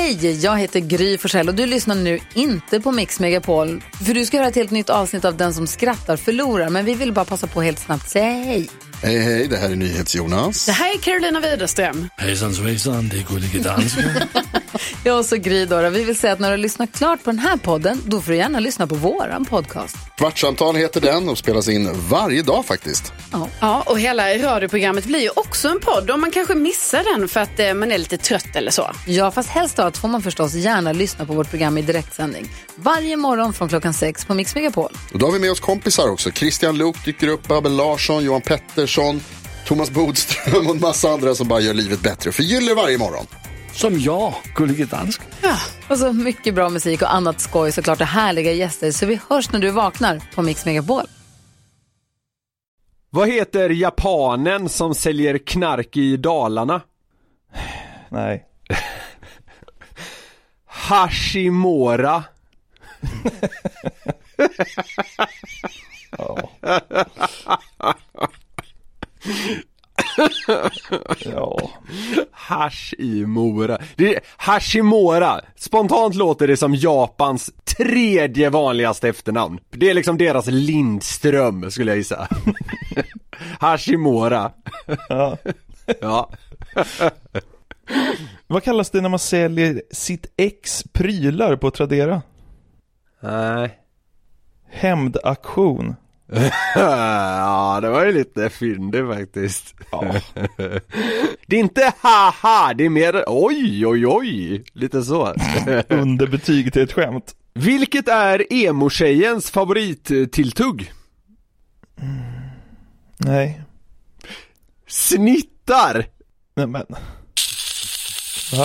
Hej, jag heter Gry Forssell och du lyssnar nu inte på Mix Megapol. För du ska höra ett helt nytt avsnitt av Den som skrattar förlorar. Men vi vill bara passa på helt snabbt säga hej. Hej, hej, det här är NyhetsJonas. Det här är Carolina Widerström. Hejsan svejsan, det är Gullige Dansken. Jag och så Gry då. Vi vill säga att när du har lyssnat klart på den här podden, då får du gärna lyssna på våran podcast. Kvartsamtal heter den och spelas in varje dag faktiskt. Ja, och hela radioprogrammet blir ju också en podd. Om man kanske missar den för att man är lite trött eller så. Ja, fast helst då att får man förstås gärna lyssna på vårt program i direktsändning. Varje morgon från 6 på Mix Megapol. Och då har vi med oss kompisar också. Christian Luuk dyker upp, Abel Larsson, Johan Pettersson, Thomas Bodström och en massa andra som bara gör livet bättre och förgyller varje morgon. Som jag, Gullige Dansken. Ja, och så mycket bra musik och annat skoj, såklart, och härliga gäster. Så vi hörs när du vaknar på Mix Megapol. Vad heter japanen som säljer knark i Dalarna? Nej. Hashimura. Ja. Ja. Hashimura. Hashimura. Spontant låter det som Japans 3:e vanligaste efternamn. Det är liksom deras Lindström, skulle jag gissa. Hashimura. Ja. Ja. Vad kallas det när man säljer sitt ex prylar på Tradera? Nej. Hämndaktion. Ja, det var ju lite fyndigt faktiskt. Ja. Det är inte haha, det är mer oj, oj, oj. Lite så. Underbetyg till ett skämt. Vilket är emo-tjejens favorittilltugg? Nej. Snittar. Nej, men. Va?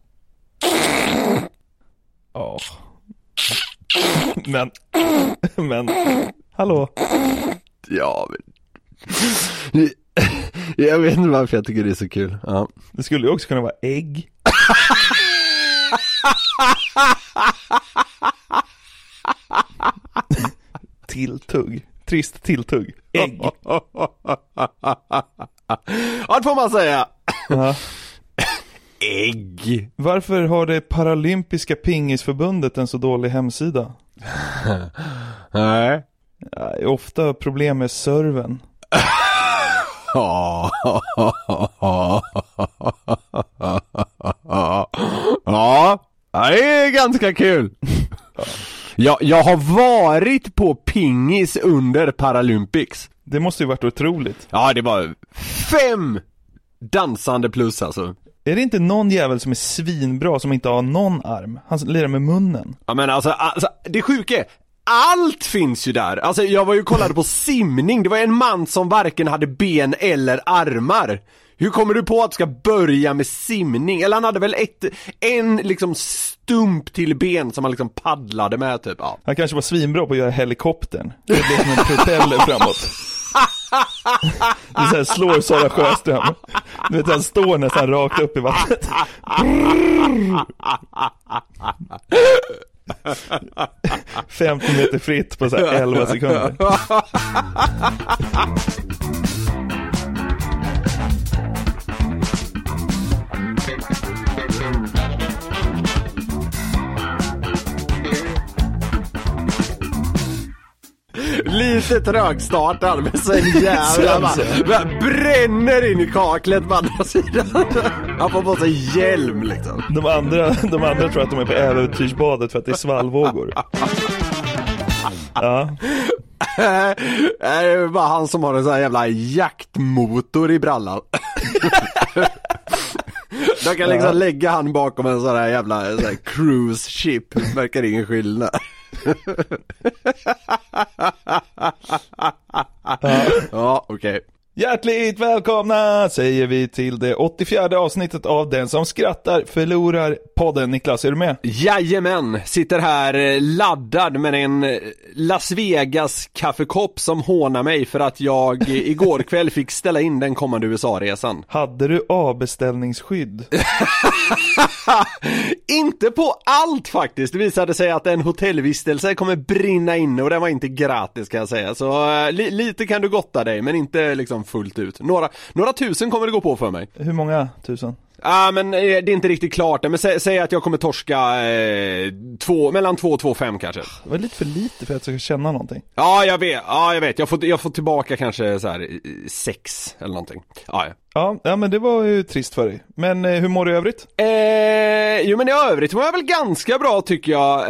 Ja. Men. Hallå? Ja, men... Jag vet inte varför jag tycker det är så kul. Ja. Det skulle ju också kunna vara ägg. Tilltugg. Trist tilltugg. Ägg. Ja, det får man säga. Ja. Ägg. Varför har det paralympiska pingisförbundet en så dålig hemsida? Nej. Ja, ofta problem med servern. Ja, det är ganska kul. Jag har varit på pingis under Paralympics. Det måste ju varit otroligt. Ja, det var 5 dansande plus alltså. Är det inte någon jävel som är svinbra som inte har någon arm? Han lirar med munnen. Ja, men alltså det sjuka är, allt finns ju där. Alltså jag var ju kollade på simning. Det var en man som varken hade ben eller armar. Hur kommer du på att du ska börja med simning? Eller han hade väl en liksom stump till ben som han liksom paddlade med typ. Ja. Han kanske var svinbra på att göra helikoptern. Det blev som en propeller framåt. Det så här slår Sara Sjöström. Du vet, han står nästan rakt upp i vattnet. 50 meter fritt på så här 11 sekunder. Lite trögstartad men sen jävla bränner in i kaklet på andra sidan. Han får på sig hjälm liksom. De andra tror att de är på äventyrsbadet för att det är svallvågor. Ja. Det är bara han som har en sån här jävla jaktmotor i brallan. De kan liksom lägga han bakom en sån här jävla sån här cruise ship. Verkar ingen skillnad. Ja, okej. Hjärtligt välkomna säger vi till det 84:e avsnittet av Den som skrattar förlorar podden. Niklas, är du med? Jajamän, sitter här laddad med en Las Vegas kaffekopp som hånar mig för att jag igår kväll fick ställa in den kommande USA-resan. Hade du avbeställningsskydd? Inte på allt faktiskt. Det visade sig att en hotellvistelse kommer brinna inne och den var inte gratis kan jag säga. Så lite kan du gotta dig men inte liksom fullt ut. Några tusen kommer det gå på för mig. Hur många tusen? men det är inte riktigt klart. Men säg att jag kommer torska mellan 2 och 2,5 kanske. Det var lite för lite för att jag ska känna någonting. Ja, jag vet. Jag får tillbaka kanske så här 6 eller någonting. Ja, men det var ju trist för dig. Men hur mår du i övrigt? Jo, men i övrigt mår jag väl ganska bra, tycker jag.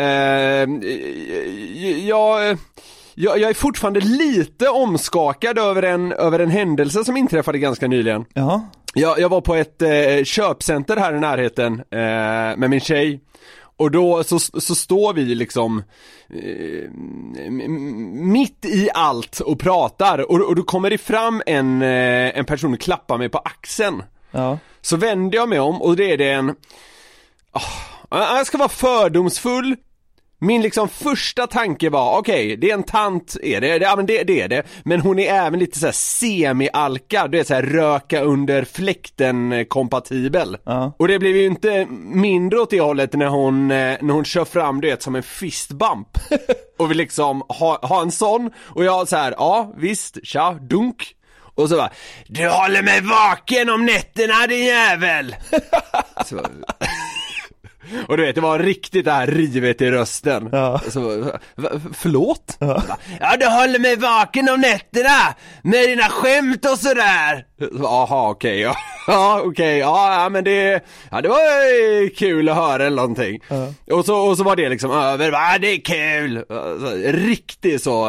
Jag är fortfarande lite omskakad över en händelse som inträffade ganska nyligen. Jaha. Jag var på ett köpcenter här i närheten med min tjej. Och då så står vi liksom mitt i allt och pratar. Och då kommer det fram en person och klappar mig på axeln. Ja. Så vänder jag mig om och det är en... jag ska vara fördomsfull. Min liksom första tanke var, okej, det är en tant, är det? Ja, men det är det. Men hon är även lite så här semi-alkad, det är så här röka under fläkten kompatibel. Och det blev ju inte mindre åt det hållet när hon kör fram det som en fistbump. Och vi liksom ha en sån. Och jag så här, ja visst, tja, dunk. Och så bara, du håller mig vaken om nätterna, din jävel. Så... Och du vet, det var riktigt det här rivet i rösten. Ja. Så, förlåt? Ja, du håller mig vaken om nätterna med dina skämt och sådär. Jaha, okej. Ja, okej. Ja, men det var kul att höra eller någonting. Och så var det liksom över. Ja, det är kul. Riktigt så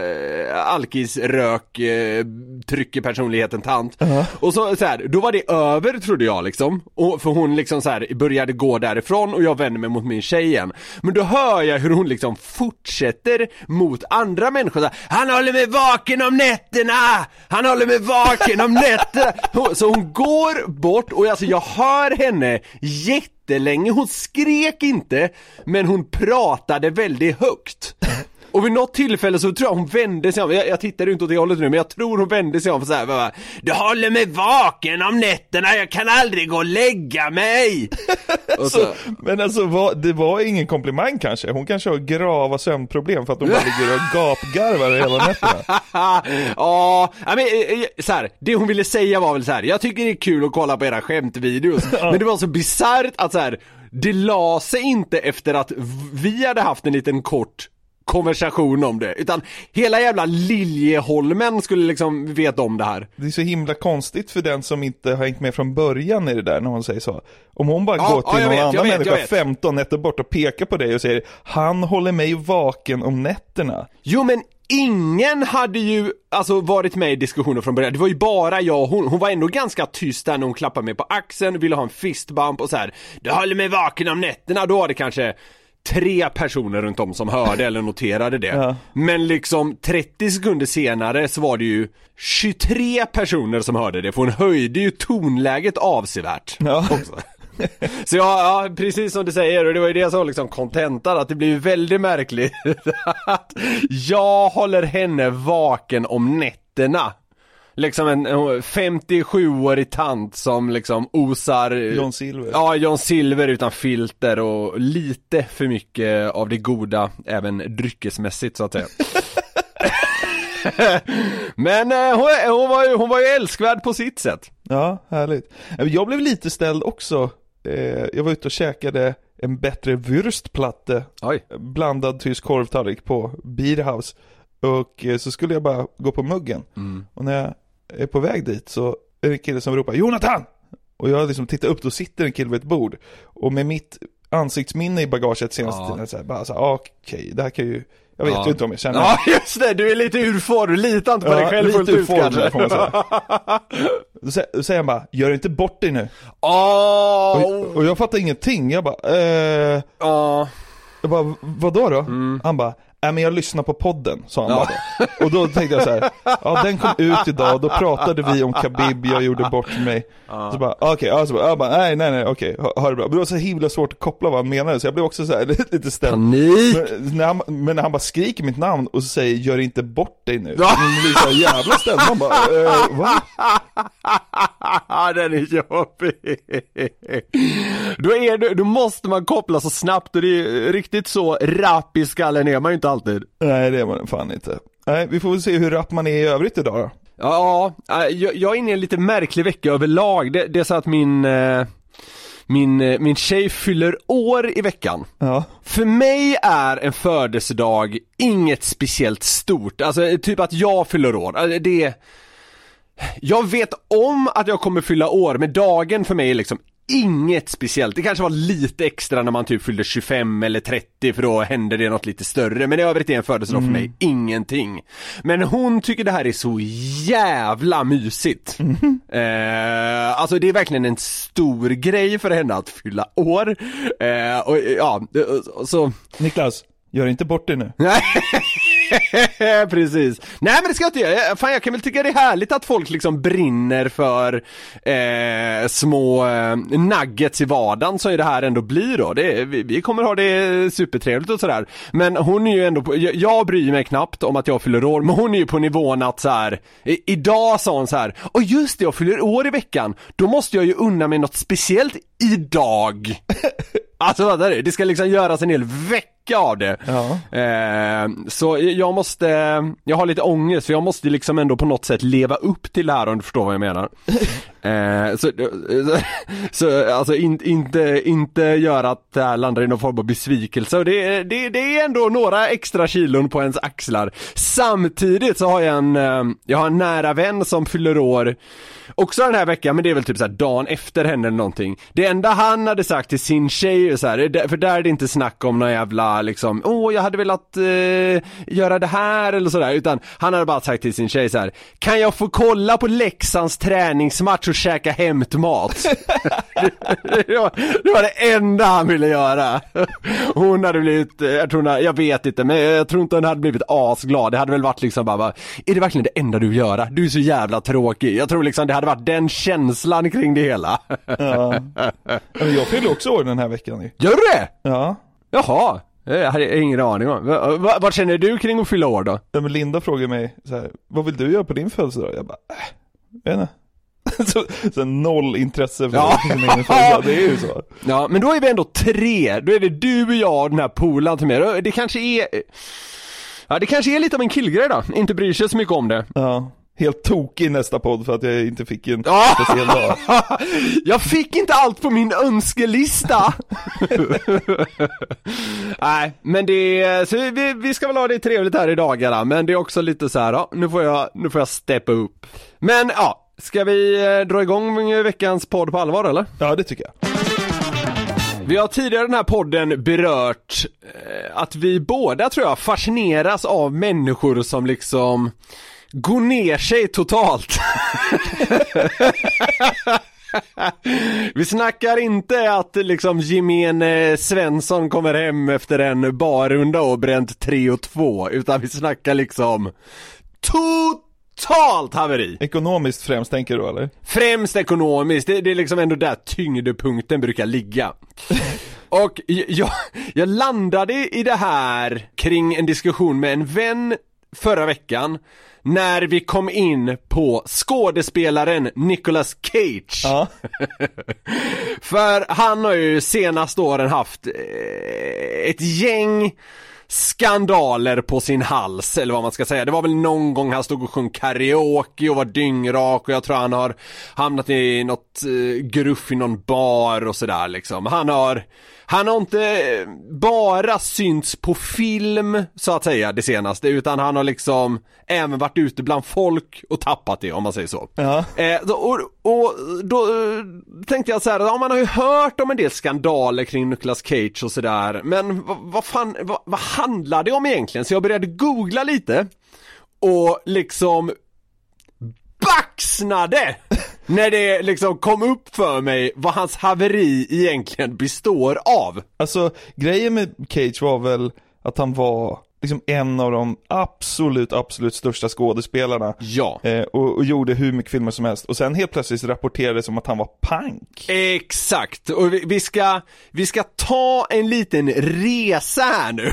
alkisrök trycker personligheten tant. Och så här, då var det över, trodde jag liksom. Och för hon liksom så här började gå därifrån och jag vänder mig mot min tjej igen. Men då hör jag hur hon liksom fortsätter mot andra människor. Så här, han håller mig vaken om nätterna. Han håller mig vaken om nätterna. Så hon går bort och alltså jag hör henne jättelänge. Hon skrek inte, men hon pratade väldigt högt. Och vid något tillfälle så tror jag hon vände sig om. Jag tittar inte åt det hållet nu, men jag tror hon vände sig om för så här, bara, du håller mig vaken om nätterna, jag kan aldrig gå och lägga mig. Och så. Men alltså, det var ingen komplimang kanske. Hon kanske har grava sömnproblem för att hon bara ligger och gapgarvar hela nätterna. Ja, men så här, det hon ville säga var väl så här, jag tycker det är kul att kolla på era skämtvideos. Men det var så bizarrt att så här, det la sig inte efter att vi hade haft en liten kort konversation om det, utan hela jävla Liljeholmen skulle liksom veta om det här. Det är så himla konstigt för den som inte har hängt med från början i det där när hon säger så. Om hon bara går till någon annan människa 15 nätter bort och pekar på dig och säger, han håller mig vaken om nätterna. Jo, men ingen hade ju alltså varit med i diskussionen från början. Det var ju bara jag och hon var ändå ganska tyst där när hon klappade mig på axeln, ville ha en fistbump och så här, du håller mig vaken om nätterna. Då var det kanske 3 personer runt om som hörde eller noterade det. Ja. Men liksom 30 sekunder senare så var det ju 23 personer som hörde det. För hon höjde ju tonläget avsevärt. Ja. Också. Så ja, precis som du säger, och det var ju det som var liksom kontentan, att det blir väldigt märkligt att jag håller henne vaken om nätterna. Liksom en 57-årig tant som liksom osar John Silver. Ja, John Silver utan filter och lite för mycket av det goda, även dryckesmässigt så att säga. Men hon var ju älskvärd på sitt sätt. Ja, härligt. Jag blev lite ställd också. Jag var ute och käkade en bättre wurstplatte. Blandad tysk korvtallrik på Bierhaus. Och så skulle jag bara gå på muggen. Och när jag är på väg dit så är det en kille som ropar Jonathan! Och jag liksom tittar upp, då sitter en kille vid ett bord. Och med mitt ansiktsminne i bagaget senaste tiden så här, bara så här, okej, det här kan ju, jag vet ju inte om jag känner. Ja, just det, du är lite ur form, lite inte på dig själv fullt ut kanske. Får man säga. Då säger han bara, gör inte bort dig nu. Och jag fattar ingenting. Jag bara, jag bara, vadå då? Han bara, men jag lyssnar på podden, sa han bara. Och då tänkte jag så här, ja, den kom ut idag och då pratade vi om Khabib, jag gjorde bort mig. Så bara, okej, jag bara, nej, okej, ha det bra. Men det var så himla svårt att koppla vad han menade, så jag blev också så här lite ställd. Panik! Men när han bara skriker mitt namn och så säger, gör inte bort dig nu. Men blir så jävla ställd. Man bara, vad? Den är jobbig. Då måste man koppla så snabbt, och det är riktigt så rapp i skallen är man ju inte alltid. Nej, det är man fan inte. Nej, vi får väl se hur rapp man är i övrigt idag då. Ja, jag är inne i en lite märklig vecka överlag. Det är så att min tjej fyller år i veckan. Ja. För mig är en födelsedag inget speciellt stort. Alltså typ att jag fyller år. Alltså, jag vet om att jag kommer fylla år, men dagen för mig är liksom inget speciellt. Det kanske var lite extra när man typ fyllde 25 eller 30, för då händer det något lite större. Men i övrigt är en födelsedag för mig ingenting. Men hon tycker det här är så jävla mysigt. Alltså det är verkligen en stor grej för henne att fylla år. Och ja, så... Niklas, gör inte bort det nu. Precis. Nej, men det ska jag inte göra. Fan, jag kan väl tycka det är härligt att folk liksom brinner för små nuggets i vardagen, så är det här ändå blir då. Vi kommer ha det supertrevligt och sådär. Men hon är ju ändå jag bryr mig knappt om att jag fyller år, men hon är ju på nivån att så här, idag sa hon så här: och just det, jag fyller år i veckan. Då måste jag ju unna mig något speciellt idag. Alltså vad är det? Det ska liksom göras en hel vecka av det. Ja. Så jag har lite ångest, för jag måste liksom ändå på något sätt leva upp till det här, om du förstår vad jag menar. Så alltså inte göra att det här landar i någon form av besvikelse. Och det är ändå några extra kilon på ens axlar. Samtidigt så har jag har en nära vän som fyller år också den här veckan, men det är väl typ så här dagen efter henne eller någonting. Det enda han hade sagt till sin tjej är så här, för där är det inte snack om någon jävla liksom, jag hade velat göra det här eller sådär, utan han hade bara sagt till sin tjej så här: kan jag få kolla på Leksands träningsmatch och käka hämtmat? det var det enda han ville göra. Hon hade blivit, jag vet inte, men jag tror inte hon hade blivit asglad. Det hade väl varit liksom bara, är det verkligen det enda du vill göra? Du är så jävla tråkig. Jag tror liksom det hade varit den känslan kring det hela. Ja. Men jag fyller också år den här veckan. Gör du det? Ja. Jaha, jag hade ingen aning om. Vad känner du kring att fylla år då? Ja, men Linda frågar mig så här: vad vill du göra på din födelsedag? Jag bara, vet inte. så noll intresse för min egen födelsedag, det är ju så. Ja, men då är vi ändå 3. Då är det du och jag och den här polaren till mig. Det kanske är lite av en killgrej då. Inte bryr sig så mycket om det. Ja. Helt tokig nästa podd för att jag inte fick en speciell dag. Jag fick inte allt på min önskelista. Nej, men så vi ska väl ha det trevligt här i dagarna. Men det är också lite så här, nu får jag steppa upp. Men ja, ska vi dra igång veckans podd på allvar eller? Ja, det tycker jag. Vi har tidigare i den här podden berört att vi båda, tror jag, fascineras av människor som liksom går ner sig totalt. Vi snackar inte att liksom gemene Svensson kommer hem efter en barrunda och bränt 3-2, utan vi snackar liksom totalt haveri. Ekonomiskt främst tänker du eller? Främst ekonomiskt, det är liksom ändå där tyngdpunkten brukar ligga. Och jag landade i det här kring en diskussion med en vän förra veckan, när vi kom in på skådespelaren Nicolas Cage. Ja. För han har ju senaste åren haft ett gäng skandaler på sin hals, eller vad man ska säga. Det var väl någon gång han stod och sjöng karaoke och var dyngrak, och jag tror han har hamnat i något gruff i någon bar och sådär liksom. Han har inte bara synts på film så att säga det senaste, utan han har liksom även varit ute bland folk och tappat det, om man säger så. Ja. Och då tänkte jag så här, man har ju hört om en del skandaler kring Nicolas Cage och sådär, men vad handlar det om egentligen? Så jag började googla lite och liksom baxnade när det liksom kom upp för mig vad hans haveri egentligen består av. Alltså, grejen med Cage var väl att han var liksom en av de absolut största skådespelarna. Ja. Och gjorde hur mycket filmer som helst. Och sen helt plötsligt rapporterades som att han var punk. Exakt. Och vi ska ta en liten resa här nu.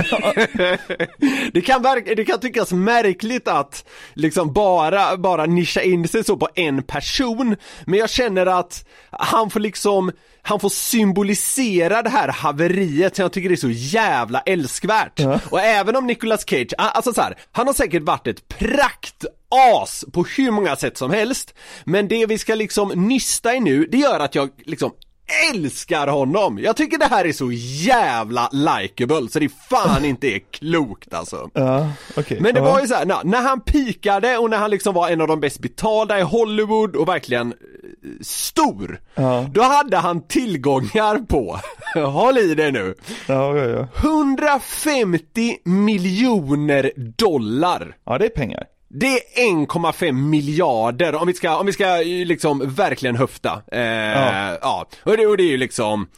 Det kan tyckas märkligt att liksom bara nischa in sig så på en person. Men jag känner att han får symbolisera det här haveriet, så jag tycker det är så jävla älskvärt. Ja. Och även om Nicolas Cage, alltså så här, han har säkert varit ett praktas på hur många sätt som helst, men det vi ska liksom nysta i nu, det gör att jag liksom älskar honom. Jag tycker det här är så jävla likeable så det fan inte är klokt alltså. Okay. Men det var ju så här, när han pikade och när han liksom var en av de bäst betalda i Hollywood och verkligen stor. Då hade han tillgångar på, håll i det nu, 150 miljoner dollar. Ja, det är pengar. Det är 1,5 miljarder om vi ska liksom verkligen höfta. Ja. Och det är ju liksom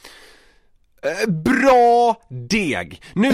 bra deg. Nu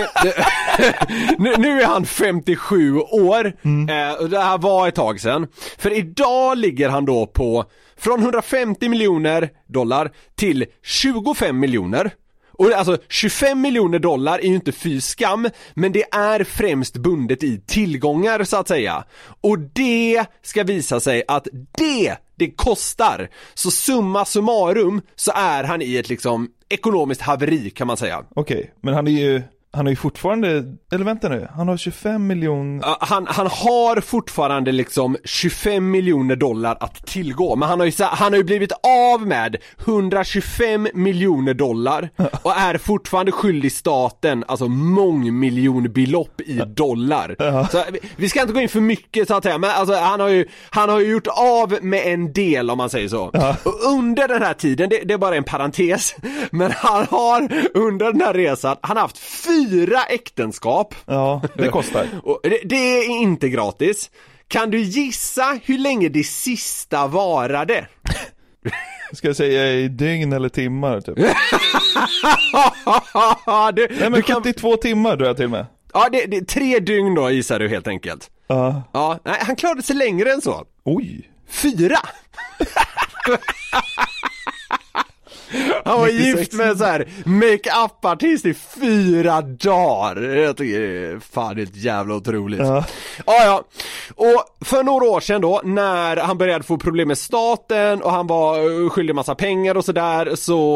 är han 57 år. Och det här var ett tag sedan. För idag ligger han då på från 150 miljoner dollar till 25 miljoner. Och alltså 25 miljoner dollar är ju inte fy skam, men det är främst bundet i tillgångar så att säga. Och det ska visa sig att det kostar. Så summa summarum så är han i ett liksom ekonomiskt haveri kan man säga. Okej, men han är ju fortfarande, eller vänta nu, han har 25 miljoner. Han har fortfarande liksom 25 miljoner dollar att tillgå. Men han har ju blivit av med 125 miljoner dollar och är fortfarande skyldig staten alltså mångmiljonbelopp i dollar. Så vi ska inte gå in för mycket så att säga, men alltså han har ju gjort av med en del om man säger så. Och under den här tiden, det är bara en parentes, men han har under den här resan, han har haft 4 äktenskap. Ja, det kostar. Och det är inte gratis. Kan du gissa hur länge det sista varade? Ska jag säga i dygn eller timmar typ? Nej, men 72 timmar tror jag till och med. Ja, det är 3 dygn då gissar du helt enkelt. Ja, nej, han klarade sig längre än så. Oj. 4. Han var gift med så här make-up-artist i 4 dagar. Jag tycker fan det är ett jävla otroligt. Ja. Och för några år sedan då, när han började få problem med staten och han var skyldig massa pengar och sådär,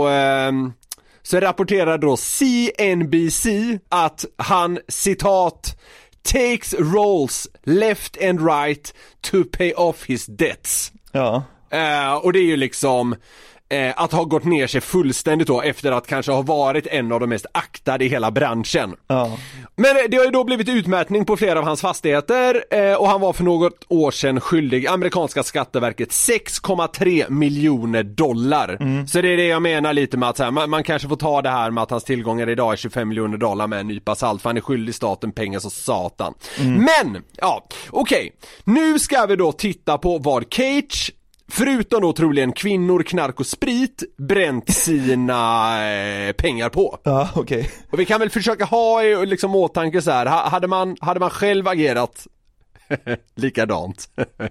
så rapporterade då CNBC att han, citat, takes roles left and right to pay off his debts. Ja. Och det är ju liksom att ha gått ner sig fullständigt då efter att kanske ha varit en av de mest aktade i hela branschen. Men det har ju då blivit utmätning på flera av hans fastigheter och han var för något år sedan skyldig amerikanska skatteverket 6,3 miljoner dollar. Så det är det jag menar lite med att så här, man kanske får ta det här med att hans tillgångar idag är 25 miljoner dollar med en nypa salt, för han är skyldig staten pengar så satan. Men, ja, okej. Nu ska vi då titta på vad Cage, förutom då troligen kvinnor, knark och sprit, bränt sina pengar på. Ja, okej. Och vi kan väl försöka ha liksom åtanke så här, hade man själv agerat likadant.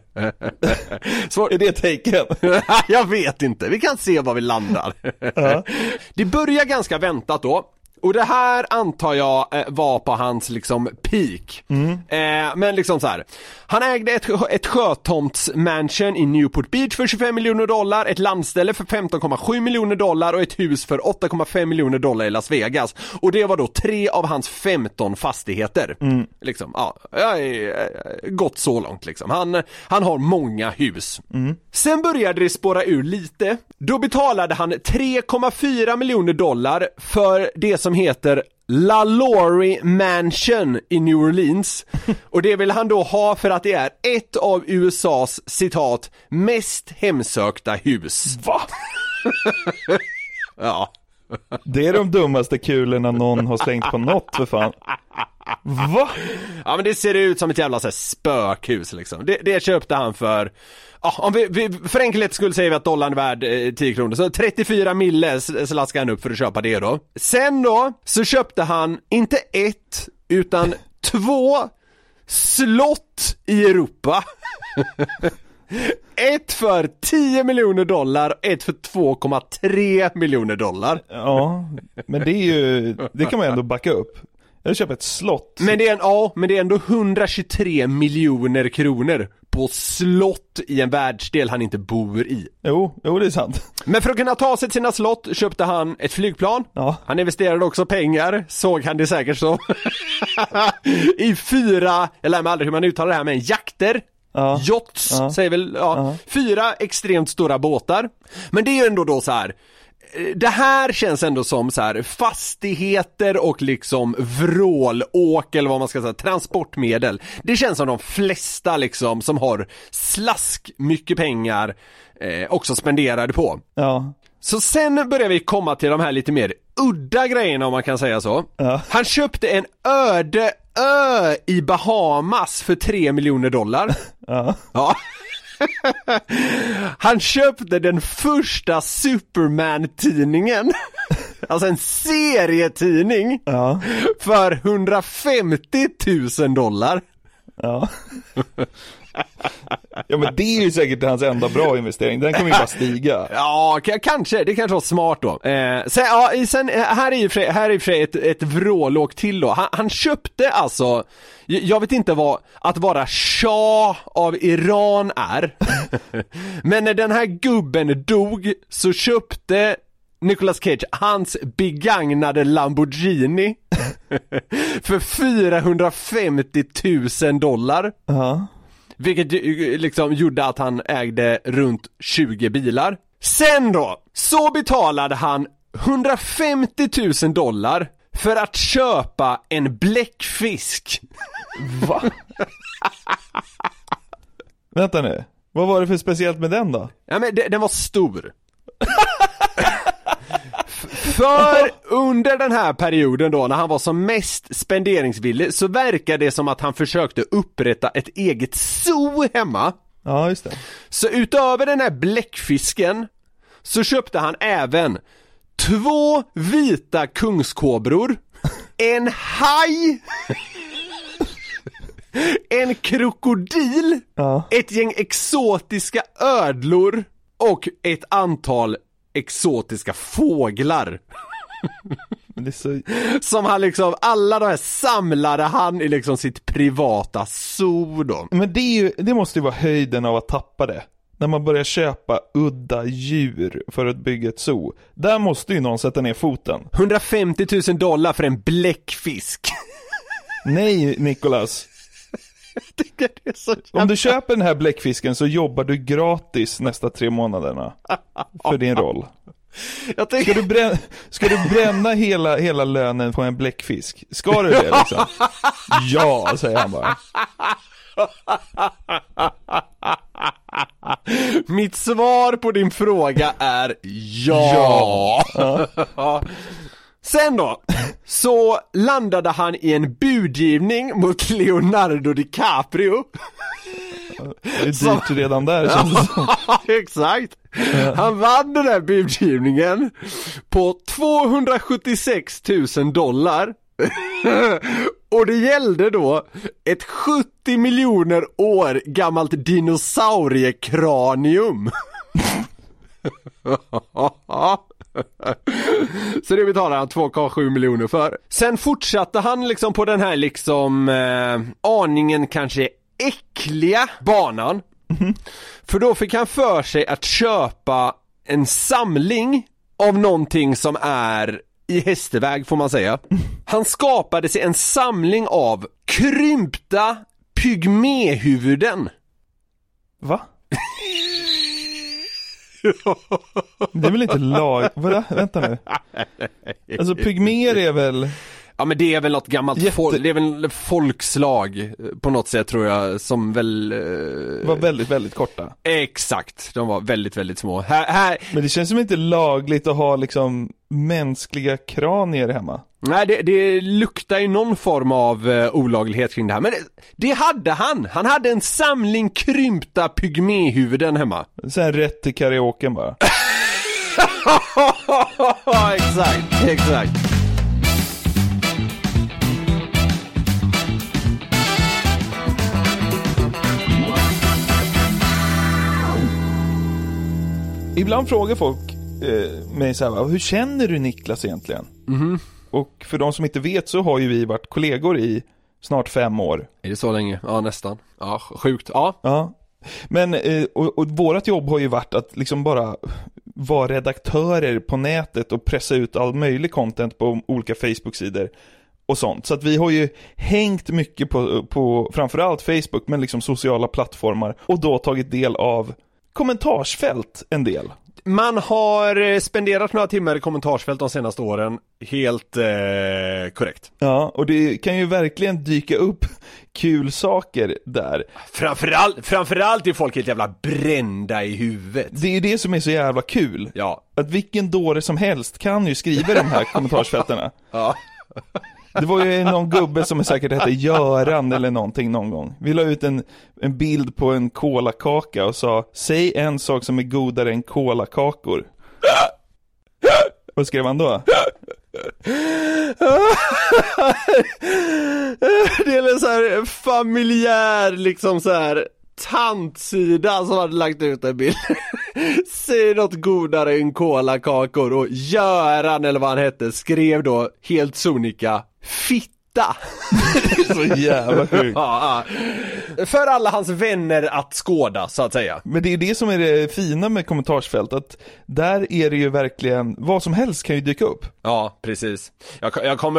Så är det tecken? Jag vet inte, vi kan se var vi landar. Det börjar ganska väntat då. Och det här antar jag var på hans liksom peak. Men liksom så här. Han ägde ett sjötomtsmansion i Newport Beach för 25 miljoner dollar, ett landställe för 15,7 miljoner dollar och ett hus för 8,5 miljoner dollar i Las Vegas. Och det var då 3 av hans 15 fastigheter. Liksom, ja, gått så långt liksom. Han har många hus. Sen började det spåra ur lite. Då betalade han 3,4 miljoner dollar för det som heter La Laurie Mansion i New Orleans. Och det vill han då ha för att det är ett av USAs, citat, mest hemsökta hus. Va? Ja. Det är de dummaste kulorna någon har slängt på något för fan. Va? Ja, men det ser ut som ett jävla så här spökhus liksom. Det köpte han för, om vi för enkelhet skulle säga vi att dollarn är värd 10 kronor. Så 34 mille slaskade han upp för att köpa det då. Sen då så köpte han inte 1 utan 2 slott i Europa. Ett för 10 miljoner dollar, ett för 2,3 miljoner dollar. Ja, men det kan man ändå backa upp. Jag köper ett slott. Men det är ändå 123 miljoner kronor på slott i en världsdel han inte bor i. Jo, det är sant. Men för att kunna ta sig till sina slott köpte han ett flygplan. Ja. Han investerade också pengar, såg han det säkert så. I 4, jag lär mig aldrig hur man uttalar det här, men jakter. Yachts, säger väl, 4 extremt stora båtar. Men det är ju ändå då så här. det här känns ändå som så här fastigheter och liksom vrålåk eller vad man ska säga, transportmedel. Det känns som de flesta liksom som har slask mycket pengar också spenderade på. Ja. Så sen börjar vi komma till de här lite mer udda grejerna, om man kan säga så. Ja. Han köpte en öde ö i Bahamas för $3 miljoner. Ja. Han köpte den första Superman-tidningen, alltså en serietidning, för $150,000. Ja. Ja, men det är ju säkert hans enda bra investering. Den kommer ju bara stiga. Ja, kanske. Det kanske var smart då. Sen här är ju för ett vrålåk till då. Han köpte alltså, jag vet inte vad att vara Shah av Iran är. Men när den här gubben dog så köpte Nicolas Cage hans begagnade Lamborghini för $450,000. Vilket liksom gjorde att han ägde runt 20 bilar. Sen då, så betalade han $150,000 för att köpa en bläckfisk. Va? Vänta nu, vad var det för speciellt med den då? Ja, men den var stor. För under den här perioden då, när han var som mest spenderingsvillig, så verkade det som att han försökte upprätta ett eget zoo hemma. Ja, just det. Så utöver den här bläckfisken så köpte han även 2 vita kungskobror, en haj, en krokodil, ett gäng exotiska ödlor och ett antal exotiska fåglar. Det är så... Som han liksom, alla de här samlade han i liksom sitt privata zoo då. Men det måste ju vara höjden av att tappa det. När man börjar köpa udda djur för att bygga ett zoo. Där måste ju någon sätta ner foten. $150,000 för en bläckfisk. Nej, Nicolas. Om du köper den här bläckfisken så jobbar du gratis nästa 3 månaderna för din roll. Ska du bränna hela lönen på en bläckfisk? Ska du det liksom? Ja, säger han bara. Mitt svar på din fråga är ja. Sen då, så landade han i en budgivning mot Leonardo DiCaprio. Det är dyrt redan där, känns det som. Exakt. Han vann den här budgivningen på $276,000. Och det gällde då ett 70 miljoner år gammalt dinosauriekranium. Så det betalar han 2,7 miljoner för. Sen fortsatte han liksom på den här liksom aningen kanske äckliga banan. För då fick han för sig att köpa en samling av någonting som är i hästväg, får man säga. Han skapade sig en samling av krympta pygméhuvuden. Va? Det är väl inte lag... Vänta nu. Alltså pygméer är väl... Ja, men det är väl något gammalt det är väl folkslag på något sätt, tror jag, som väl var väldigt, väldigt korta. Exakt, de var väldigt, väldigt små. Men det känns som inte lagligt att ha liksom mänskliga kranier hemma. Nej, det luktar ju någon form av olaglighet kring det här. Men det hade han. Han hade en samling krympta pygméhuvuden hemma. Så här rätt till karaoken bara. Exakt. Ibland frågar folk mig så här, hur känner du Niklas egentligen? Och för de som inte vet så har ju vi varit kollegor i snart 5 år. Är det så länge? Ja, nästan. Ja, sjukt. Ja. Men, och vårat jobb har ju varit att liksom bara vara redaktörer på nätet och pressa ut all möjlig content på olika Facebook-sidor och sånt. Så att vi har ju hängt mycket på framförallt Facebook, men liksom sociala plattformar, och då tagit del av kommentarsfält en del. Man har spenderat några timmar i kommentarsfält de senaste åren. Helt korrekt. Ja, och det kan ju verkligen dyka upp kul saker där. Framförallt är folk helt jävla brända i huvudet. Det är ju det som är så jävla kul. Ja. Att vilken dåre som helst kan ju skriva de här kommentarsfälterna. Ja. Det var ju någon gubbe som säkert hette Göran eller någonting någon gång. Vi la ut en bild på en kolakaka och sa: säg en sak som är godare än kolakakor. Vad skrev han då? Det är en så här familjär liksom så här tantsida som hade lagt ut en bild. Säg något godare än kolakakor. Och Göran eller vad han hette skrev då helt sonika fitta. Det är så jävla sjukt. Ja. För alla hans vänner att skåda, så att säga. Men det är det som är det fina med kommentarsfält, att där är det ju verkligen, vad som helst kan ju dyka upp. Ja, precis. Jag kommer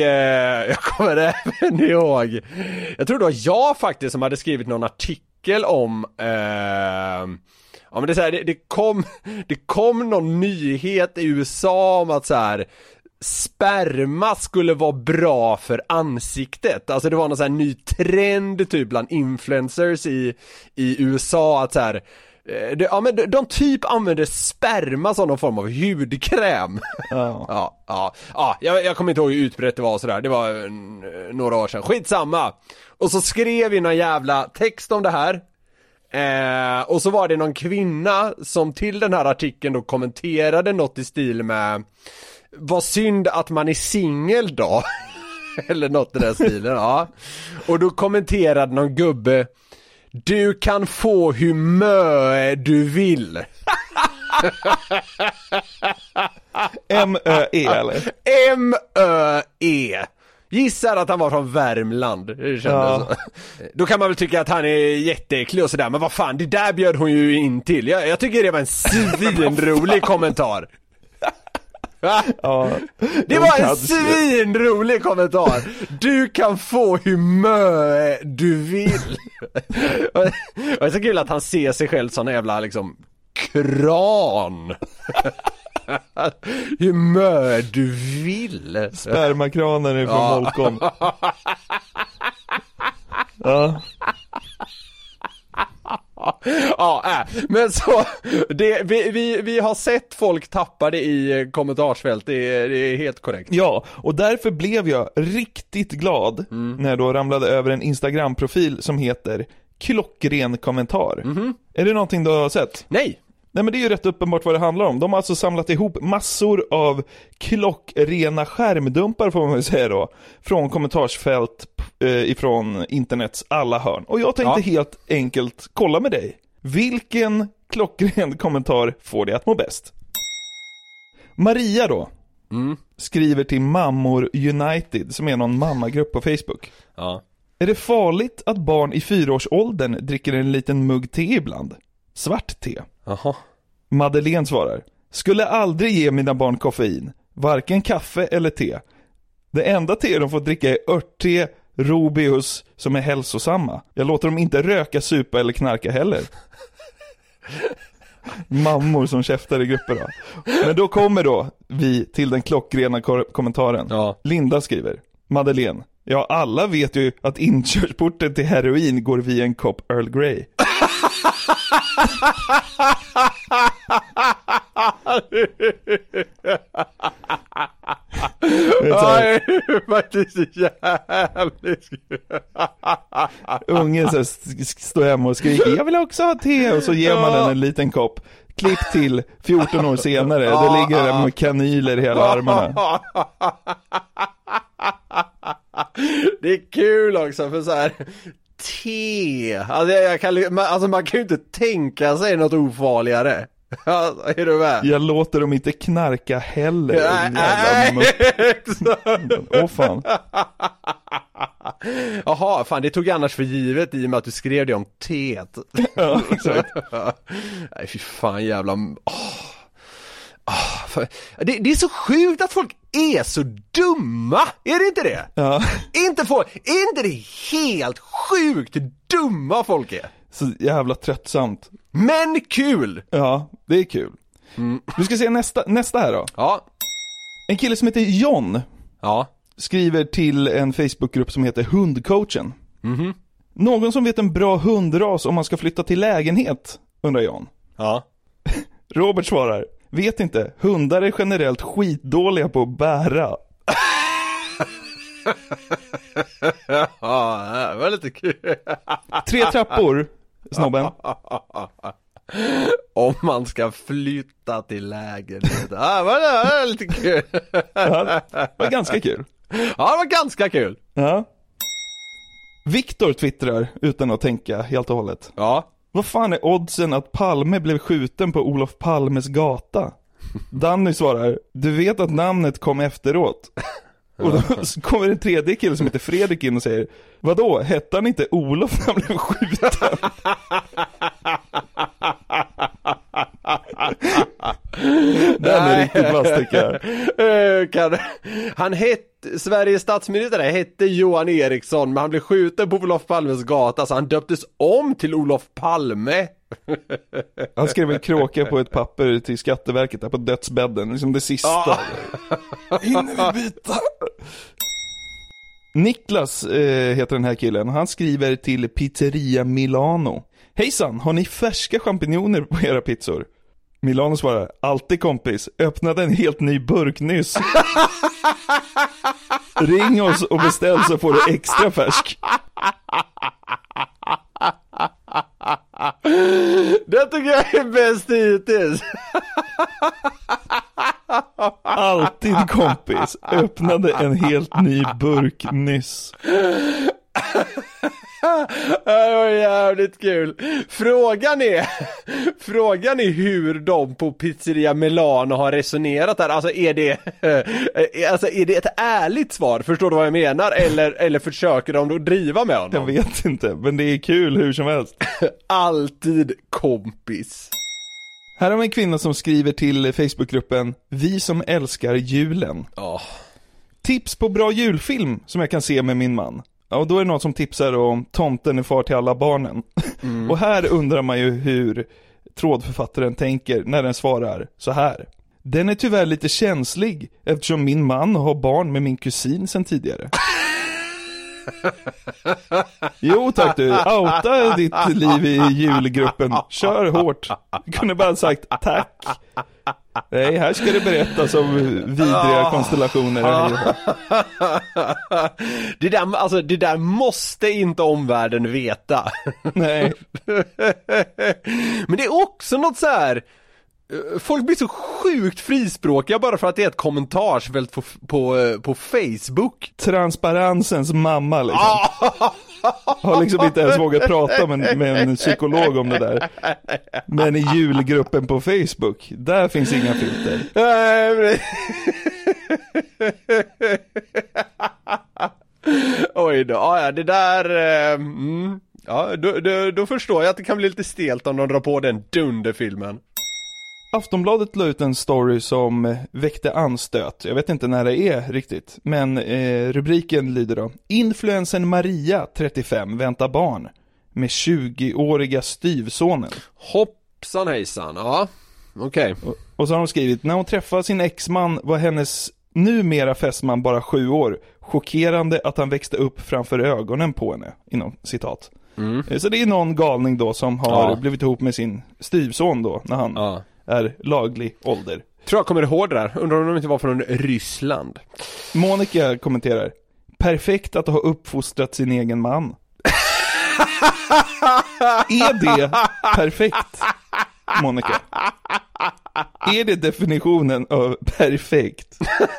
även ihåg, jag tror det var jag faktiskt som hade skrivit någon artikel om ja, men det är så här, det kom någon nyhet i USA om att så här sperma skulle vara bra för ansiktet. Alltså det var någon så här ny trend typ bland influencers i USA att så här, men de typ använder sperma som någon form av hudkräm. Ja, jag kommer inte ihåg hur utbrett det var och sådär. Det var några år sedan. Skitsamma. Och så skrev vi någon jävla text om det här. Och så var det någon kvinna som till den här artikeln då kommenterade något i stil med: vad synd att man är singel då. Eller något i den stilen, ja. Och då kommenterade någon gubbe: du kan få hur mö du vill. M-Ö-E eller? M-Ö-E. Gissar att han var från Värmland. Det så. Då kan man väl tycka att han är jätteäcklig och sådär. Men vad fan, det där bjöd hon ju in till. Jag tycker det var en svinrolig kommentar. Ja, det var en svinrolig kommentar. Du kan få hur mö du vill. Och det är så kul att han ser sig själv som en jävla liksom kran. Hur mö du vill. Spermakranen är från Molkom. Ja. Ja, men så vi har sett folk tappa det i kommentarsfält. Det är helt korrekt. Ja, och därför blev jag riktigt glad när jag då ramlade över en Instagram-profil som heter Klockren kommentar. Är det någonting du har sett? Nej, men det är ju rätt uppenbart vad det handlar om. De har alltså samlat ihop massor av klockrena skärmdumpar, får man väl säga då, från kommentarsfält ifrån internets alla hörn. Och jag tänkte helt enkelt kolla med dig. Vilken klockren kommentar får dig att må bäst? Maria då skriver till Mammor United, som är någon mammagrupp på Facebook. Ja. Är det farligt att barn i 4-årsåldern dricker en liten mugg te ibland? Svart te. Aha. Madeleine svarar: skulle aldrig ge mina barn koffein, varken kaffe eller te. Det enda te de får dricka är örtte, Robius, som är hälsosamma. Jag låter dem inte röka, supa eller knarka heller. Mammor som käftar i grupper då. Men då kommer då vi till den klockrena kommentaren. Ja. Linda skriver: Madeleine, ja, alla vet ju att inkörsporten till heroin går via en kopp Earl Grey. Nej, faktiskt jävligt. Ungen så står hemma och skriker: jag vill också ha te. Och så ger man den en liten kopp. Klipp till 14 år senare. Då ligger den med kanyler i hela armarna. Det är kul också, för så här te. Alltså man kan ju inte tänka sig något ofarligare. Är du med? Jag låter dem inte knarka heller. Åh fan. Jaha, fan, det tog jag annars för givet i och med att du skrev det om teet. Ja, exakt. Nej, fy fan, jävla... Det är så sjukt att folk är så dumma. Är det inte det? Ja. Är inte det helt sjukt dumma folk är? Så jävla tröttsamt. Men kul. Ja, det är kul. Du ska se nästa här då. Ja. En kille som heter John skriver till en Facebookgrupp som heter Hundcoachen. Någon som vet en bra hundras om man ska flytta till lägenhet, undrar John. Ja. Robert svarar, vet inte, hundar är generellt skitdåliga på att bära. Ja, det var lite kul. 3 trappor, snobben. Om man ska flytta till lägenhet. Ja, det var lite kul. Ja, det var ganska kul. Ja, det var ganska kul. Ja. Viktor twittrar utan att tänka helt och hållet. Ja. Vad fan är oddsen att Palme blev skjuten på Olof Palmes gata? Danny svarar, du vet att namnet kom efteråt. Och då kommer en tredje kille som heter Fredrik in och säger, vadå, hette han inte Olof när han blev skjuten? Den är riktigt vass, tycker jag. Han hette, Sveriges statsminister hette Johan Eriksson, men han blev skjuten på Olof Palmes gata, så han döptes om till Olof Palme. Han skrev en kråka på ett papper till Skatteverket där på dödsbädden, liksom det sista. Hinner vi byta? Niklas heter den här killen. Han skriver till Pizzeria Milano. Hejsan, har ni färska champinjoner på era pizzor? Milano svarar, alltid kompis, öppnade en helt ny burk nyss. Ring oss och beställ så får du extra färsk. Det tycker jag är bäst hittills. Alltid kompis, öppnade en helt ny burk nyss. Det var jävligt kul. Frågan är hur de på Pizzeria Milano har resonerat där. Alltså är det ett ärligt svar? Förstår du vad jag menar? Eller försöker de då driva med honom? Jag vet inte, men det är kul hur som helst. Alltid kompis. Här har vi en kvinna som skriver till Facebookgruppen Vi som älskar julen. Tips på bra julfilm som jag kan se med min man. Ja, och då är det någon som tipsar om Tomten är far till alla barnen. Och här undrar man ju hur trådförfattaren tänker när den svarar så här. Den är tyvärr lite känslig eftersom min man har barn med min kusin sedan tidigare. Jo tack du, outa ditt liv i julgruppen. Kör hårt. Du kunde bara sagt tack. Nej, här ska det berättas om vidriga konstellationer. Det där måste inte omvärlden veta. Nej. Men det är också något så här. Folk blir så sjukt frispråkiga bara för att det är ett kommentarsfält på Facebook. Transparensens mamma liksom. Har liksom inte ens vågat prata med en psykolog om det där. Men i julgruppen på Facebook, där finns inga filter. Oj då, ja det där ja, då förstår jag att det kan bli lite stelt om de drar på den dunderfilmen. Aftonbladet la ut en story som väckte anstöt. Jag vet inte när det är riktigt. Men rubriken lyder då: Influensen Maria, 35, väntar barn med 20-åriga styvsonen. Hoppsan hejsan, ja. Okej. Och så har de skrivit: när hon träffade sin exman var hennes numera fästman bara 7 år. Chockerande att han växte upp framför ögonen på henne, inom citat. Så det är någon galning då som har blivit ihop med sin styvson då, när han är laglig ålder. Tror jag kommer ihåg det där. Undrar om de inte var från Ryssland. Monica kommenterar: perfekt att ha uppfostrat sin egen man. Är det perfekt, Monica? Är det definitionen av perfekt?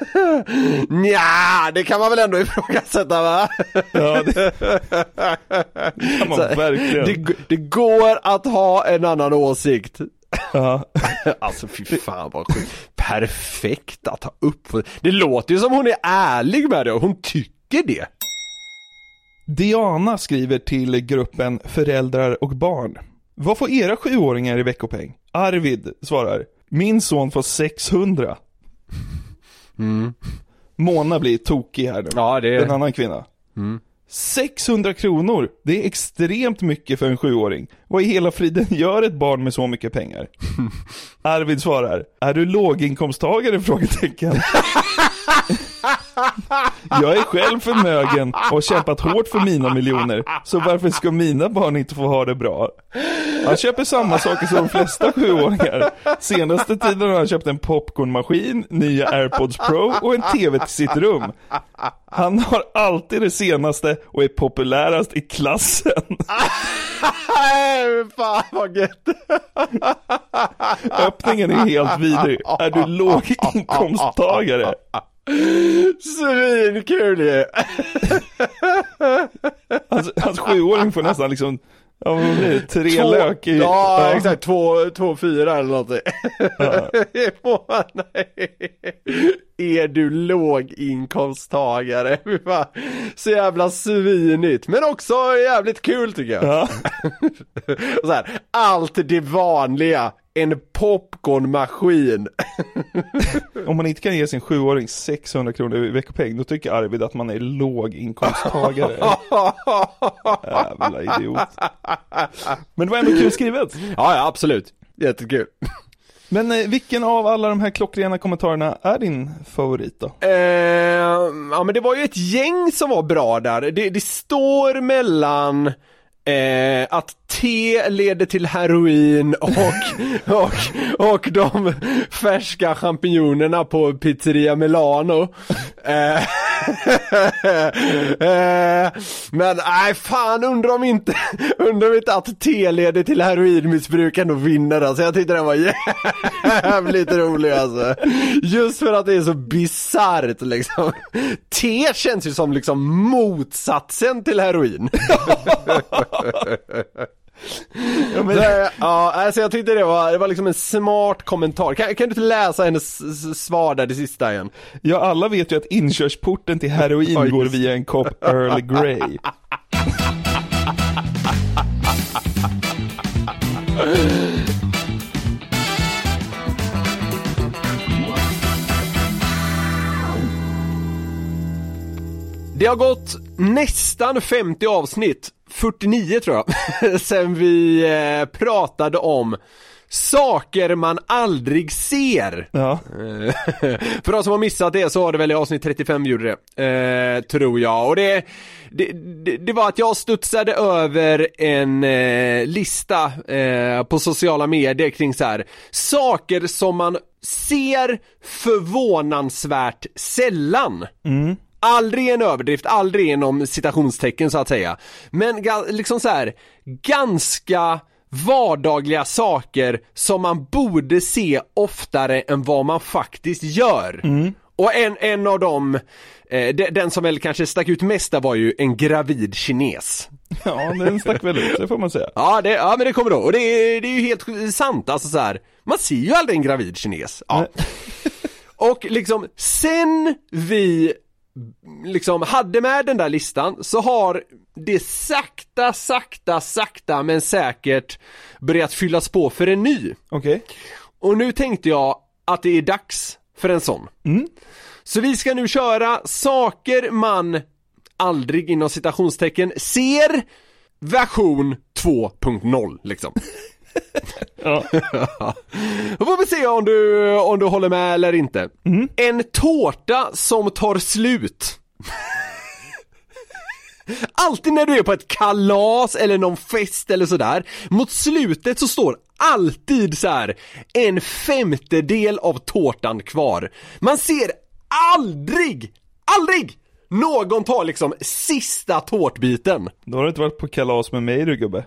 Nja, det kan man väl ändå ifrågasätta, va? Ja, det kan man verkligen. Det går att ha en annan åsikt. Ja. Alltså fy fan vad sjukt. Perfekt att ha upp. Det låter ju som hon är ärlig med det och hon tycker det. Diana skriver till gruppen Föräldrar och barn: vad får era 7-åringar i veckopeng? Arvid svarar: min son får 600. Mona blir tokig här nu. Ja, det är en annan kvinna. 600 kronor, det är extremt mycket för en 7-åring. Vad i hela friden gör ett barn med så mycket pengar? Arvid svarar, är du låginkomsttagare? Frågetecken. Jag är själv förmögen och har kämpat hårt för mina miljoner, så varför ska mina barn inte få ha det bra? Han köper samma saker som de flesta 7-åringar. Senaste tiden har han köpt en popcornmaskin, nya AirPods Pro och en TV till sitt rum. Han har alltid det senaste och är populärast i klassen. Fan vad gött. Öppningen är helt vidrig. Är du låginkomsttagare? Svinkul ju. Hans 7-åring får nästan liksom, ja, vad blir det? 3 lök i... Ja, exakt, 2-4 eller någonting. Nej. Är du låginkomsttagare? Så jävla svinigt. Men också jävligt kul tycker jag. Ja. Så här, allt det vanliga. En popcornmaskin. Om man inte kan ge sin 7-åring 600 kronor i veckopeng, då tycker Arvid att man är låginkomsttagare. Jävla idiot. Men det var ändå kul skrivet. Ja, absolut. Jättekul. Men vilken av alla de här klockrena kommentarerna är din favorit då? Ja, men det var ju ett gäng som var bra där. Det står mellan att te leder till heroin och de färska champinjonerna på Pizzeria Milano. Men nej fan, undrar om inte att te leder till heroinmissbruk och vinner. Alltså jag tyckte den var jävligt rolig alltså. Just för att det är så bizarrt liksom. Te känns ju som liksom motsatsen till heroin. Ja, men alltså jag tyckte det var liksom en smart kommentar. Kan du inte läsa hennes svar där, det sista igen? Ja, alla vet ju att inkörsporten till heroin går via en kopp Earl Grey. Det har gått nästan 50 avsnitt, 49 tror jag, sen vi pratade om saker man aldrig ser. Ja. För de som har missat det så var det väl i avsnitt 35 gjorde det, tror jag. Och det var att jag studsade över en lista på sociala medier kring så här saker som man ser förvånansvärt sällan. Mm. Aldrig en överdrift, aldrig inom citationstecken så att säga. Men liksom så här ganska vardagliga saker som man borde se oftare än vad man faktiskt gör. Mm. Och en av dem, den som väl kanske stack ut mest var ju en gravid kines. Ja, den stack väl ut, det får man säga. Ja, men det kommer då. Och det är ju helt sant, alltså så här, man ser ju aldrig en gravid kines. Ja. Och liksom, sen vi liksom hade med den där listan så har det sakta men säkert börjat fyllas på för en ny. Okej. Och nu tänkte jag att det är dags för en sån. Mm. Så vi ska nu köra saker man aldrig inom citationstecken ser, version 2.0 liksom. Ja. Då får vi se om du håller med eller inte. Mm. En tårta som tar slut. Alltid när du är på ett kalas eller någon fest eller sådär, mot slutet så står alltid så här 1/5 av tårtan kvar. Man ser aldrig någon tar liksom sista tårtbiten. Då har du inte varit på kalas med mig, du gubbe.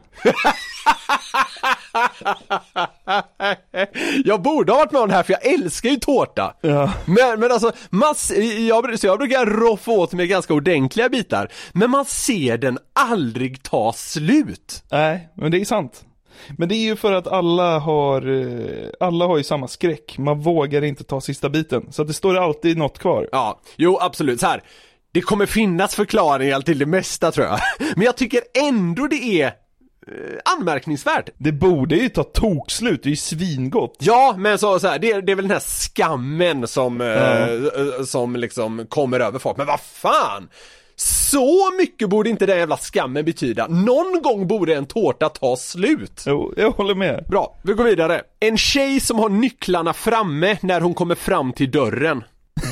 Jag borde ha varit med om det här, för jag älskar ju tårta. Ja. Men alltså jag brukar roffa åt med ganska ordentliga bitar, men man ser den aldrig ta slut. Nej, men det är sant. Men det är ju för att alla har ju samma skräck. Man vågar inte ta sista biten, så att det står alltid något kvar. Ja, jo absolut. Så här, det kommer finnas förklaringar till det mesta tror jag. Men jag tycker ändå det är anmärkningsvärt. Det borde ju ta tokslut, det är ju svingott. Ja, men så här, det är väl den här skammen som liksom kommer över folk. Men vad fan? Så mycket borde inte den jävla skammen betyda. Någon gång borde en tårta ta slut. Jo, jag håller med. Bra, vi går vidare. En tjej som har nycklarna framme när hon kommer fram till dörren.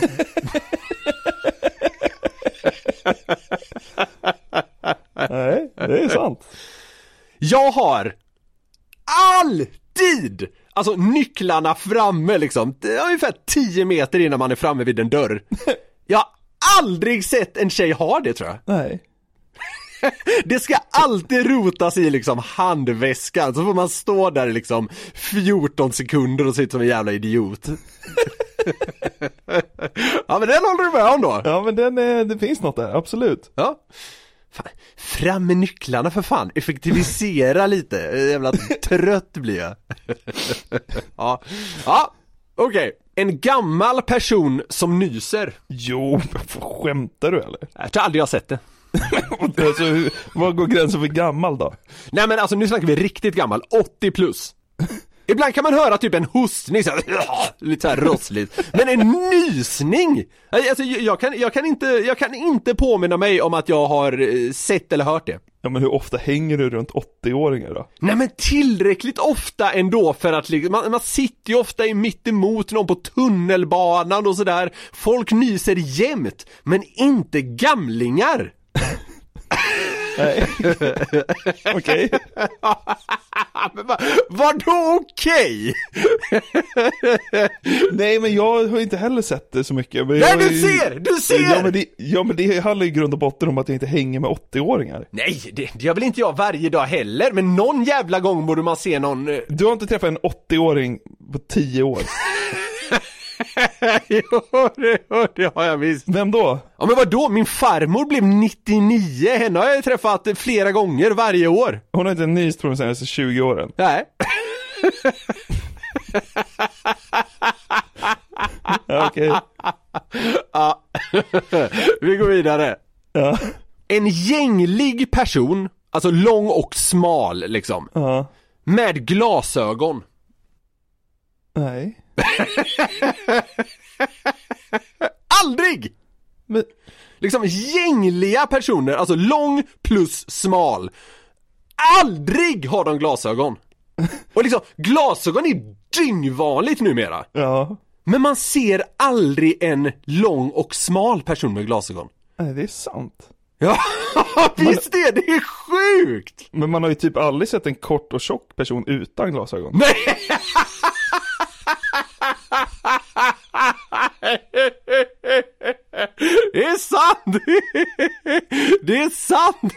Nej, det är sant. Jag har alltid nycklarna framme liksom. Det är ungefär 10 meter innan man är framme vid en dörr. Jag har aldrig sett en tjej ha det, tror jag. Nej. Det ska alltid rotas i liksom handväskan. Så får man stå där liksom 14 sekunder och sitta som en jävla idiot. Ja, men den håller du med om då. Ja, men det finns något där, absolut. Ja. Fan, fram med nycklarna för fan. Effektivisera lite. Jävla trött blir jag. Ja, okej. En gammal person som nyser. Jo, skämtar du eller? Jag tror aldrig jag har sett det. Alltså, vad går gränsen för gammal då? Nej, men alltså nu snackar vi riktigt gammal, 80 plus. Ibland kan man höra typ en hostning så här, lite så här rossligt. Men en nysning. Alltså jag kan inte påminna mig om att jag har sett eller hört det. Ja, men hur ofta hänger du runt 80-åringar då? Nej, men tillräckligt ofta ändå för att man sitter ju ofta i mitt emot någon på tunnelbanan och sådär. Folk nyser jämt, men inte gamlingar. Nej. Okej. Vadå okej? Nej, men jag har inte heller sett det så mycket. Men nej, du ser! Ja, men det handlar i grund och botten om att jag inte hänger med 80-åringar. Nej, det gör väl inte jag varje dag heller. Men någon jävla gång borde man se någon... Du har inte träffat en 80-åring på 10 år. Jo, det har jag visst. Vem då? Ja, men vadå? Min farmor blev 99. Henne har jag träffat flera gånger varje år. Hon har inte nyst på de senaste 20 åren. Nej. Okej. Ja. Vi går vidare. Ja. En gänglig person, alltså lång och smal liksom. Ja. Med glasögon. Nej. Aldrig! Men... liksom gängliga personer, alltså lång plus smal. Aldrig har de glasögon. Och liksom, glasögon är dyngvanligt numera. Ja. Men man ser aldrig en lång och smal person med glasögon. Nej, det är sant. Ja, visst det är sjukt. Men man har ju typ aldrig sett en kort och tjock person utan glasögon. Nej. Det är sant. Det är sant.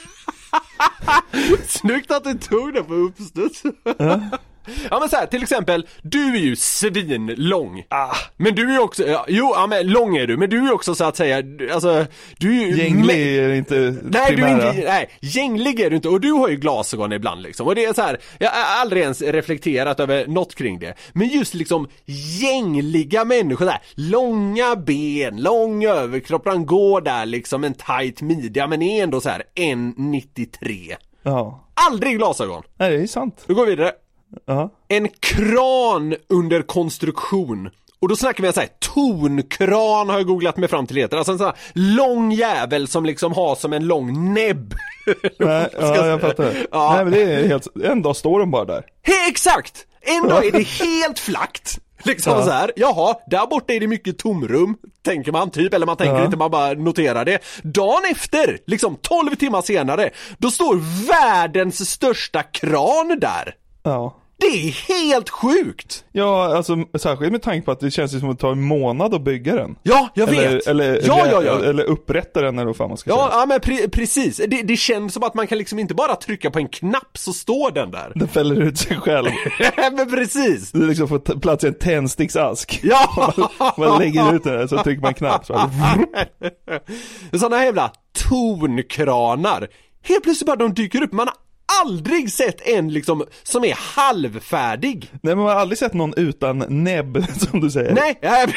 Snyggt att du tog det på uppstuds. Ja, men så här, till exempel, du är ju svinlång. Men du är ju också, men lång är du. Men du är också så att säga, alltså, du är ju... Gänglig är inte primära. Nej, gänglig är du inte. Och du har ju glasögon ibland liksom. Och det är så här, jag har aldrig ens reflekterat över något kring det. Men just liksom gängliga människor där, långa ben, lång överkropp, han går där liksom en tight midja, men är ändå så här 1,93. Ja. Aldrig glasögon. Nej, det är sant. Nu går vi vidare. Uh-huh. En kran under konstruktion. Och då snackar vi en sån här tonkran, har jag googlat mig fram till heter. Alltså en sån här lång jävel som liksom har som en lång näbb. Nej, ja, jag fattar. Ja. Nej, men det är helt... En dag står de bara där. Exakt! En dag är det helt flackt. Liksom så här, jaha, där borta är det mycket tomrum, tänker man typ, eller man tänker inte, man bara noterar det. Dagen efter, liksom 12 timmar senare, då står världens största kran där. Ja. Det är helt sjukt. Ja, alltså särskilt med tanke på att det känns som att ta en månad att bygga den. Ja, jag vet. Eller upprätta den eller vad fan man ska säga. Ja, men precis. Det känns som att man kan liksom inte bara trycka på en knapp så står den där. Den fäller ut sig själv. Men precis. Du liksom får plats i en tändsticksask. Ja. Man lägger ut den så trycker man en knapp. Sådana jävla tonkranar. Helt plötsligt bara de dyker upp. Man har aldrig sett en liksom som är halvfärdig. Nej, men man har aldrig sett någon utan näbb, som du säger. Nej.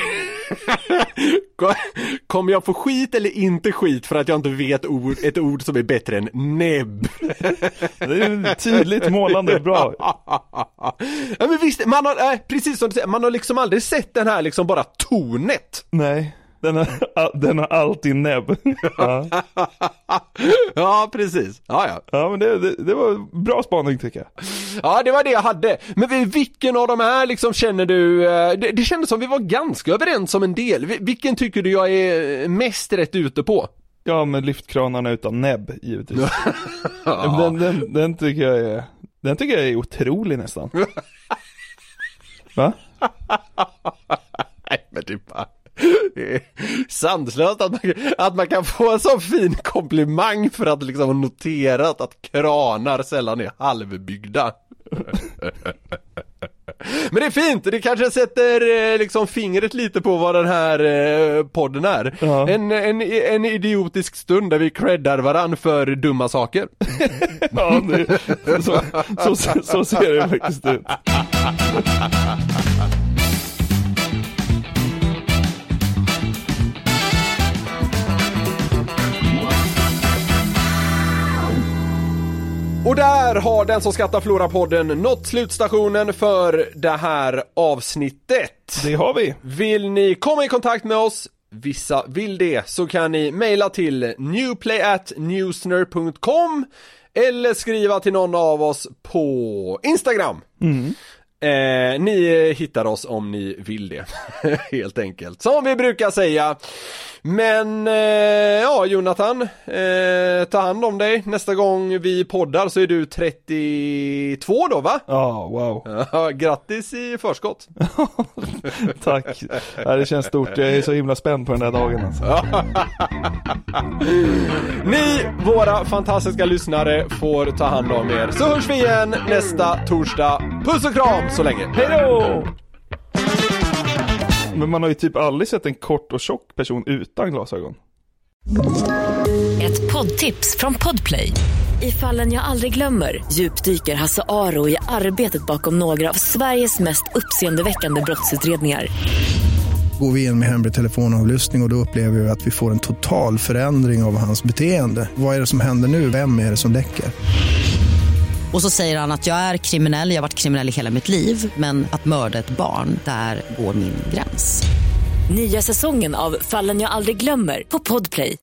Kommer jag få skit eller inte skit för att jag inte vet ett ord som är bättre än näbb? Det är tydligt målande, bra. Ja, men visst, man har, precis som du säger, man har liksom aldrig sett den här liksom bara tonet. Nej, Den har alltid näbb. Ja. Ja, precis. Ja. Ja, men det var bra spaning tycker jag. Ja, det var det jag hade. Men vilken av de här liksom känner du... Det kändes som vi var ganska överens om en del. Vilken tycker du jag är mest rätt ute på? Ja, med lyftkranarna utan näbb, givetvis. Ja. Den tycker jag är otrolig nästan. Va? Nej, men det är sanslöst att man kan få en så fin komplimang för att liksom ha noterat att kranar sällan är halvbyggda. Men det är fint, det kanske sätter liksom fingret lite på vad den här podden är. Ja. En idiotisk stund där vi creddar varann för dumma saker. Ja, så ser det faktiskt ut. Och där har Den som skrattar förlorar-podden nått slutstationen för det här avsnittet. Det har vi. Vill ni komma i kontakt med oss? Vissa vill det. Så kan ni mejla till newplay@newsner.com eller skriva till någon av oss på Instagram. Ni hittar oss om ni vill det. Helt enkelt. Som vi brukar säga. Men ja, Jonathan, ta hand om dig. Nästa gång vi poddar så är du 32 då, va? Ja, wow. Ja, grattis i förskott. Tack. Ja, det känns stort. Jag är så himla spänd på den här dagen alltså. Ni, våra fantastiska lyssnare, får ta hand om er. Så hörs vi igen nästa torsdag. Puss och kram så länge. Hej då! Men man har ju typ aldrig sett en kort och tjock person utan glasögon. Ett poddtips från Podplay. I Fallen jag aldrig glömmer djupdyker Hasse Aro i arbetet bakom några av Sveriges mest uppseendeväckande brottsutredningar. Går vi in med hemlig telefonavlyssning och då upplever vi att vi får en total förändring av hans beteende. Vad är det som händer nu? Vem är det som läcker? Och så säger han att jag är kriminell, jag har varit kriminell i hela mitt liv. Men att mörda ett barn, där går min gräns. Nya säsongen av Fallen jag aldrig glömmer på Podplay.